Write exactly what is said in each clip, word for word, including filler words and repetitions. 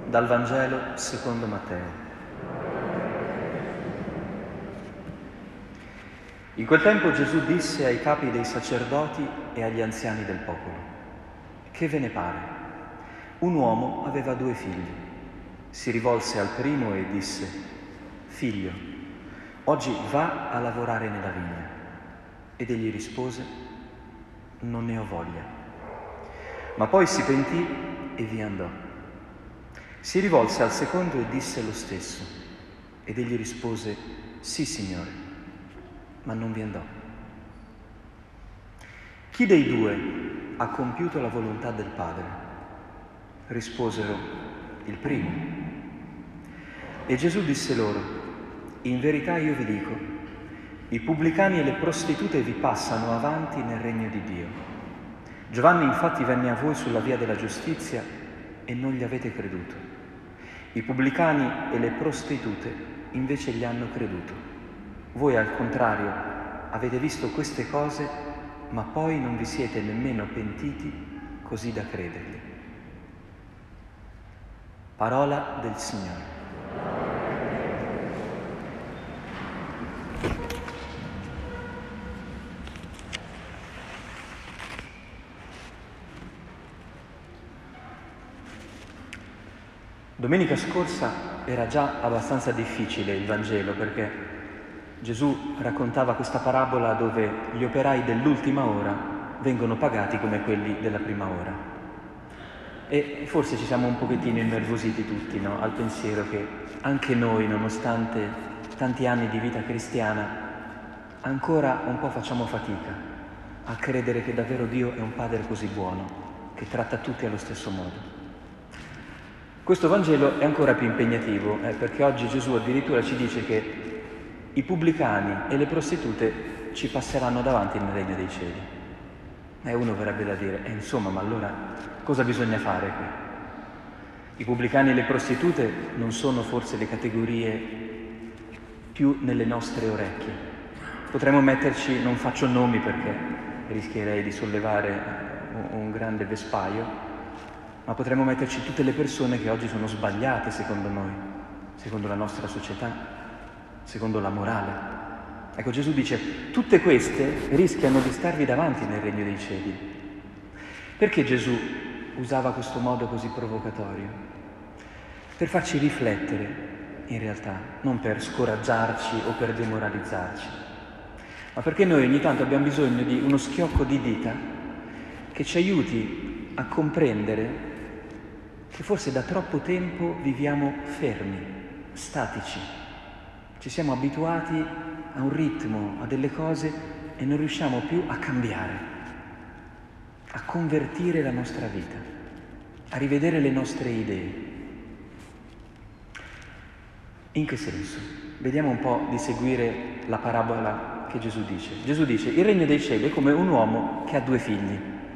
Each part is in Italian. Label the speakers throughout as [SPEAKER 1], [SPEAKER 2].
[SPEAKER 1] Dal Vangelo secondo Matteo. In quel tempo Gesù disse ai capi dei sacerdoti e agli anziani del popolo: che ve ne pare? Un uomo aveva due figli. Si rivolse al primo e disse: figlio, oggi va a lavorare nella vigna. Ed egli rispose: non ne ho voglia. Ma poi si pentì e vi andò. Si rivolse al secondo e disse lo stesso. Ed egli rispose: sì, Signore, ma non vi andò. Chi dei due ha compiuto la volontà del Padre? Risposero: il primo. E Gesù disse loro: in verità io vi dico, i pubblicani e le prostitute vi passano avanti nel regno di Dio. Giovanni infatti venne a voi sulla via della giustizia e non gli avete creduto. I pubblicani e le prostitute invece gli hanno creduto. Voi al contrario avete visto queste cose, ma poi non vi siete nemmeno pentiti così da credergli. Parola del Signore. Domenica scorsa era già abbastanza difficile il Vangelo, perché Gesù raccontava questa parabola dove gli operai dell'ultima ora vengono pagati come quelli della prima ora. E forse ci siamo un pochettino innervositi tutti, no? Al pensiero che anche noi, nonostante tanti anni di vita cristiana, ancora un po' facciamo fatica a credere che davvero Dio è un Padre così buono, che tratta tutti allo stesso modo. Questo Vangelo è ancora più impegnativo, eh, perché oggi Gesù addirittura ci dice che i pubblicani e le prostitute ci passeranno davanti nel regno dei cieli. E uno verrebbe da dire: eh, insomma, ma allora cosa bisogna fare qui? I pubblicani e le prostitute non sono forse le categorie più nelle nostre orecchie? Potremmo metterci, non faccio nomi perché rischierei di sollevare un, un grande vespaio, ma potremmo metterci tutte le persone che oggi sono sbagliate secondo noi, secondo la nostra società, secondo la morale. Ecco, Gesù dice: tutte queste rischiano di starvi davanti nel regno dei cieli. Perché Gesù usava questo modo così provocatorio? Per farci riflettere, in realtà, non per scoraggiarci o per demoralizzarci, ma perché noi ogni tanto abbiamo bisogno di uno schiocco di dita che ci aiuti a comprendere che forse da troppo tempo viviamo fermi, statici. Ci siamo abituati a un ritmo, a delle cose e non riusciamo più a cambiare, a convertire la nostra vita, a rivedere le nostre idee. In che senso? Vediamo un po' di seguire la parabola che Gesù dice. Gesù dice: il regno dei cieli è come un uomo che ha due figli.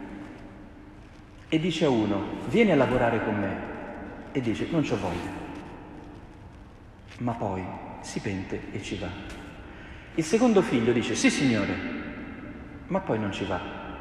[SPEAKER 1] E dice a uno: vieni a lavorare con me. E dice: non c'ho voglia. Ma poi si pente e ci va. Il secondo figlio dice: sì, Signore, ma poi non ci va.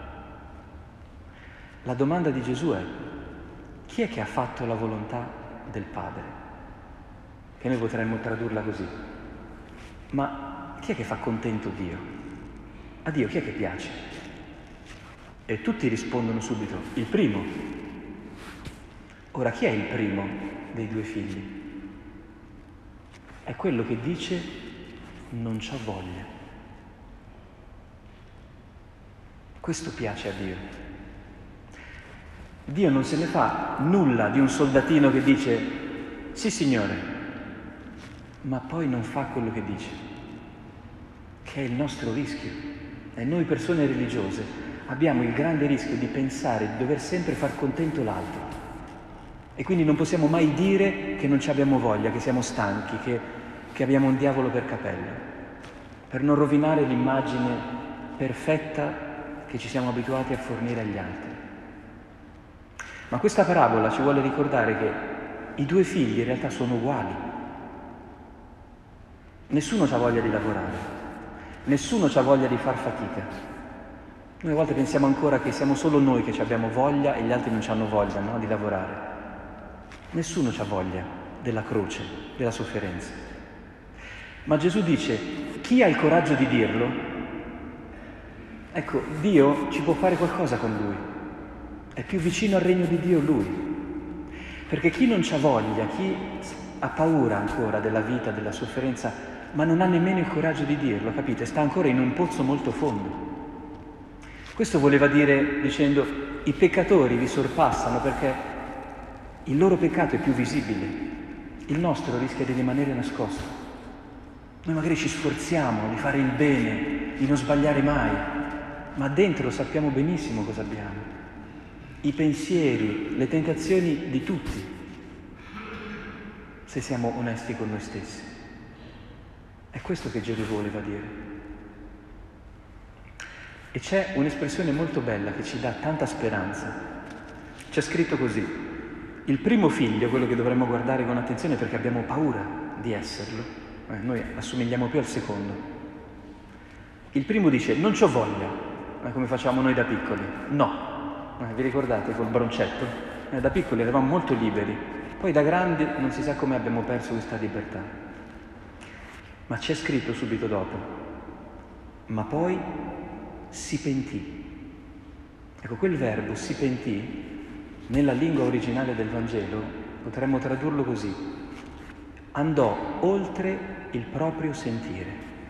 [SPEAKER 1] La domanda di Gesù è: chi è che ha fatto la volontà del Padre? Che noi potremmo tradurla così: ma chi è che fa contento Dio? A Dio chi è che piace? E tutti rispondono subito: il primo. Ora, chi è il primo dei due figli? È quello che dice: non c'ho voglia. Questo piace a Dio. Dio non se ne fa nulla di un soldatino che dice: sì, Signore, ma poi non fa quello che dice, che è il nostro rischio. E noi persone religiose abbiamo il grande rischio di pensare di dover sempre far contento l'altro, e quindi non possiamo mai dire che non ci abbiamo voglia, che siamo stanchi, che, che abbiamo un diavolo per capello, per non rovinare l'immagine perfetta che ci siamo abituati a fornire agli altri. Ma questa parabola ci vuole ricordare che i due figli in realtà sono uguali. Nessuno ha voglia di lavorare, nessuno ha voglia di far fatica. Noi a volte pensiamo ancora che siamo solo noi che ci abbiamo voglia e gli altri non ci hanno voglia, no? Di lavorare. Nessuno c'ha voglia della croce, della sofferenza. Ma Gesù dice, chi ha il coraggio di dirlo, ecco, Dio ci può fare qualcosa con lui. È più vicino al regno di Dio lui. Perché chi non c'ha voglia, chi ha paura ancora della vita, della sofferenza, ma non ha nemmeno il coraggio di dirlo, capite? Sta ancora in un pozzo molto fondo. Questo voleva dire, dicendo, i peccatori vi sorpassano perché il loro peccato è più visibile, il nostro rischia di rimanere nascosto. Noi magari ci sforziamo di fare il bene, di non sbagliare mai, ma dentro sappiamo benissimo cosa abbiamo. I pensieri, le tentazioni di tutti, se siamo onesti con noi stessi. È questo che Gesù voleva dire. E c'è un'espressione molto bella che ci dà tanta speranza. C'è scritto così: il primo figlio, quello che dovremmo guardare con attenzione perché abbiamo paura di esserlo, eh, noi assomigliamo più al secondo. Il primo dice, non c'ho voglia, eh, come facciamo noi da piccoli. No, eh, vi ricordate col broncetto? Eh, da piccoli eravamo molto liberi, poi da grandi non si sa come abbiamo perso questa libertà. Ma c'è scritto subito dopo, ma poi si pentì. Ecco, quel verbo si pentì, nella lingua originale del Vangelo potremmo tradurlo così: andò oltre il proprio sentire.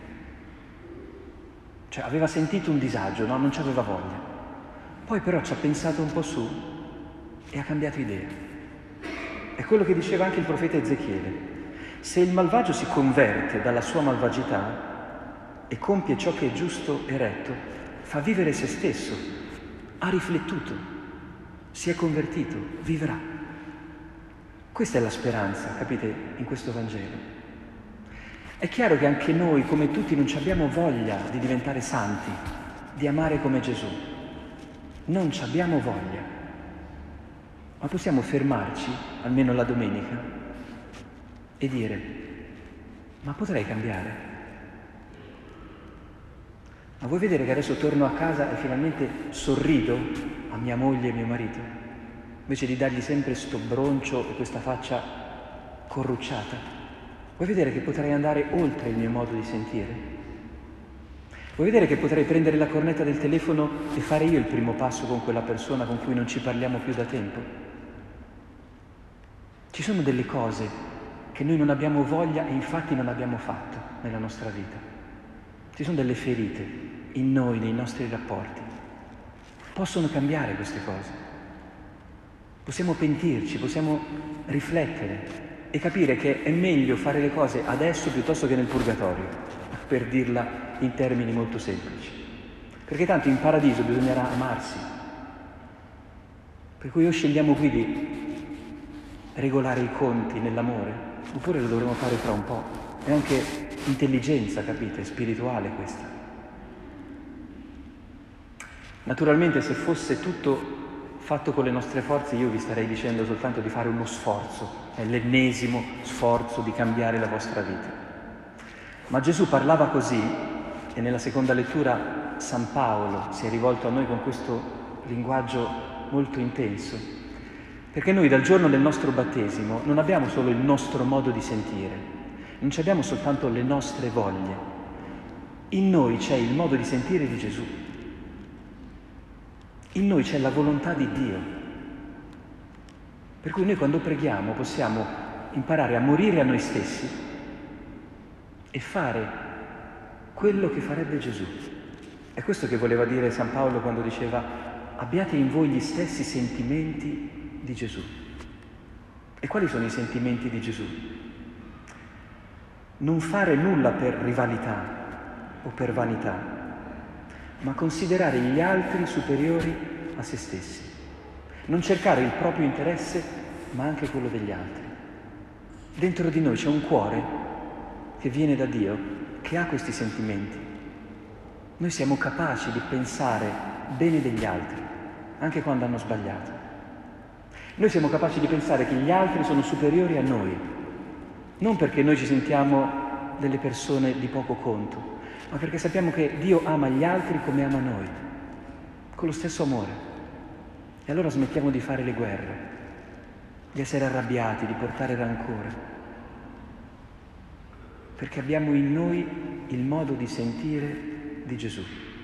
[SPEAKER 1] Cioè aveva sentito un disagio, no? Non ci aveva voglia. Poi però ci ha pensato un po' su e ha cambiato idea. È quello che diceva anche il profeta Ezechiele. Se il malvagio si converte dalla sua malvagità e compie ciò che è giusto e retto, fa vivere se stesso, ha riflettuto, si è convertito, vivrà. Questa è la speranza, capite, in questo Vangelo. È chiaro che anche noi, come tutti, non ci abbiamo voglia di diventare santi, di amare come Gesù. Non ci abbiamo voglia. Ma possiamo fermarci, almeno la domenica, e dire, ma potrei cambiare? Ma vuoi vedere che adesso torno a casa e finalmente sorrido a mia moglie e mio marito, invece di dargli sempre sto broncio e questa faccia corrucciata? Vuoi vedere che potrei andare oltre il mio modo di sentire? Vuoi vedere che potrei prendere la cornetta del telefono e fare io il primo passo con quella persona con cui non ci parliamo più da tempo? Ci sono delle cose che noi non abbiamo voglia e infatti non abbiamo fatto nella nostra vita. Ci sono delle ferite in noi, nei nostri rapporti. Possono cambiare queste cose. Possiamo pentirci, possiamo riflettere e capire che è meglio fare le cose adesso piuttosto che nel purgatorio, per dirla in termini molto semplici. Perché tanto in paradiso bisognerà amarsi. Per cui o scegliamo qui di regolare i conti nell'amore, oppure lo dovremo fare fra un po'. È anche intelligenza, capite, spirituale questa. Naturalmente se fosse tutto fatto con le nostre forze io vi starei dicendo soltanto di fare uno sforzo, è l'ennesimo sforzo di cambiare la vostra vita. Ma Gesù parlava così e nella seconda lettura San Paolo si è rivolto a noi con questo linguaggio molto intenso, perché noi dal giorno del nostro battesimo non abbiamo solo il nostro modo di sentire, non ci abbiamo soltanto le nostre voglie, in noi c'è il modo di sentire di Gesù. In noi c'è la volontà di Dio. Per cui noi quando preghiamo possiamo imparare a morire a noi stessi e fare quello che farebbe Gesù. È questo che voleva dire San Paolo quando diceva: abbiate in voi gli stessi sentimenti di Gesù. E quali sono i sentimenti di Gesù? Non fare nulla per rivalità o per vanità, ma considerare gli altri superiori a se stessi. Non cercare il proprio interesse, ma anche quello degli altri. Dentro di noi c'è un cuore che viene da Dio, che ha questi sentimenti. Noi siamo capaci di pensare bene degli altri, anche quando hanno sbagliato. Noi siamo capaci di pensare che gli altri sono superiori a noi, non perché noi ci sentiamo delle persone di poco conto, ma perché sappiamo che Dio ama gli altri come ama noi, con lo stesso amore. E allora smettiamo di fare le guerre. di essere arrabbiati, di portare rancore, perché abbiamo in noi il modo di sentire di Gesù.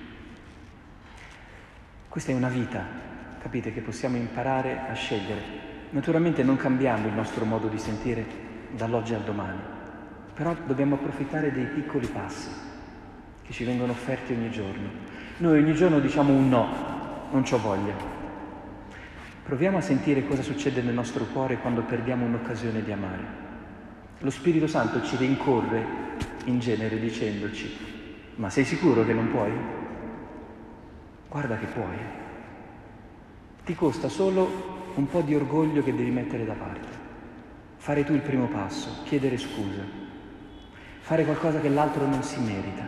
[SPEAKER 1] Questa è una vita, capite, che possiamo imparare a scegliere, naturalmente non cambiando il nostro modo di sentire dall'oggi al domani, però dobbiamo approfittare dei piccoli passi che ci vengono offerti ogni giorno. Noi ogni giorno diciamo un no, non c'ho voglia. Proviamo a sentire cosa succede nel nostro cuore quando perdiamo un'occasione di amare. Lo Spirito Santo ci rincorre in genere dicendoci: ma sei sicuro che non puoi? Guarda che puoi. Ti costa solo un po' di orgoglio che devi mettere da parte. Fare tu il primo passo, chiedere scusa, fare qualcosa che l'altro non si merita.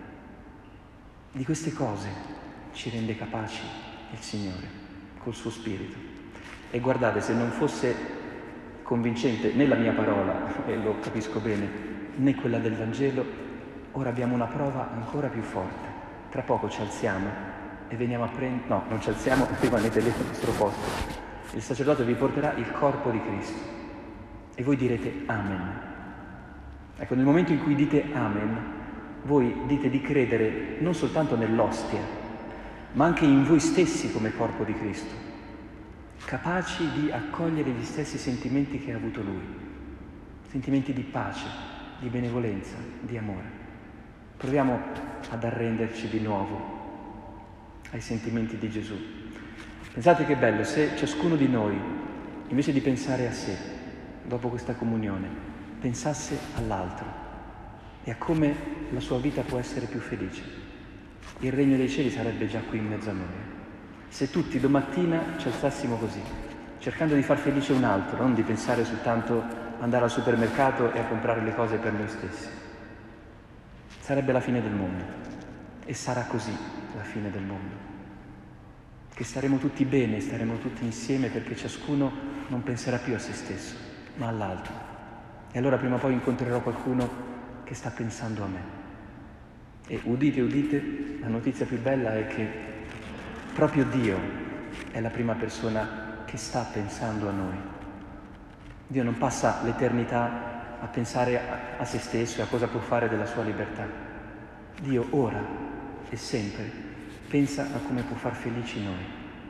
[SPEAKER 1] Di queste cose ci rende capaci il Signore col suo Spirito. E guardate, se non fosse convincente né la mia parola, e lo capisco bene, né quella del Vangelo, ora abbiamo una prova ancora più forte. Tra poco ci alziamo e veniamo a prendere... No, non ci alziamo, rimanete lì al vostro posto. Il sacerdote vi porterà il corpo di Cristo e voi direte Amen. Ecco, nel momento in cui dite Amen, voi dite di credere non soltanto nell'ostia, ma anche in voi stessi come corpo di Cristo, capaci di accogliere gli stessi sentimenti che ha avuto Lui, sentimenti di pace, di benevolenza, di amore. Proviamo ad arrenderci di nuovo ai sentimenti di Gesù. Pensate che bello se ciascuno di noi, invece di pensare a sé, dopo questa comunione, pensasse all'altro e a come la sua vita può essere più felice. Il regno dei cieli sarebbe già qui in mezzo a noi. Se tutti domattina ci alzassimo così, cercando di far felice un altro, non di pensare soltanto ad andare al supermercato e a comprare le cose per noi stessi. Sarebbe la fine del mondo. E sarà così la fine del mondo. Che staremo tutti bene, staremo tutti insieme perché ciascuno non penserà più a se stesso, ma all'altro. E allora prima o poi incontrerò qualcuno che sta pensando a me. E udite, udite, la notizia più bella è che proprio Dio è la prima persona che sta pensando a noi. Dio non passa l'eternità a pensare a, a se stesso e a cosa può fare della sua libertà. Dio ora e sempre pensa a come può far felici noi,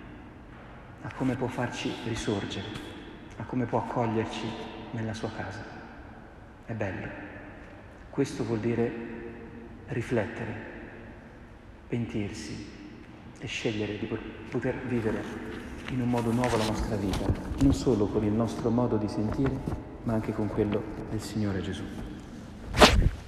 [SPEAKER 1] a come può farci risorgere, a come può accoglierci nella sua casa. È bello. Questo vuol dire riflettere, pentirsi e scegliere di poter vivere in un modo nuovo la nostra vita, non solo con il nostro modo di sentire, ma anche con quello del Signore Gesù.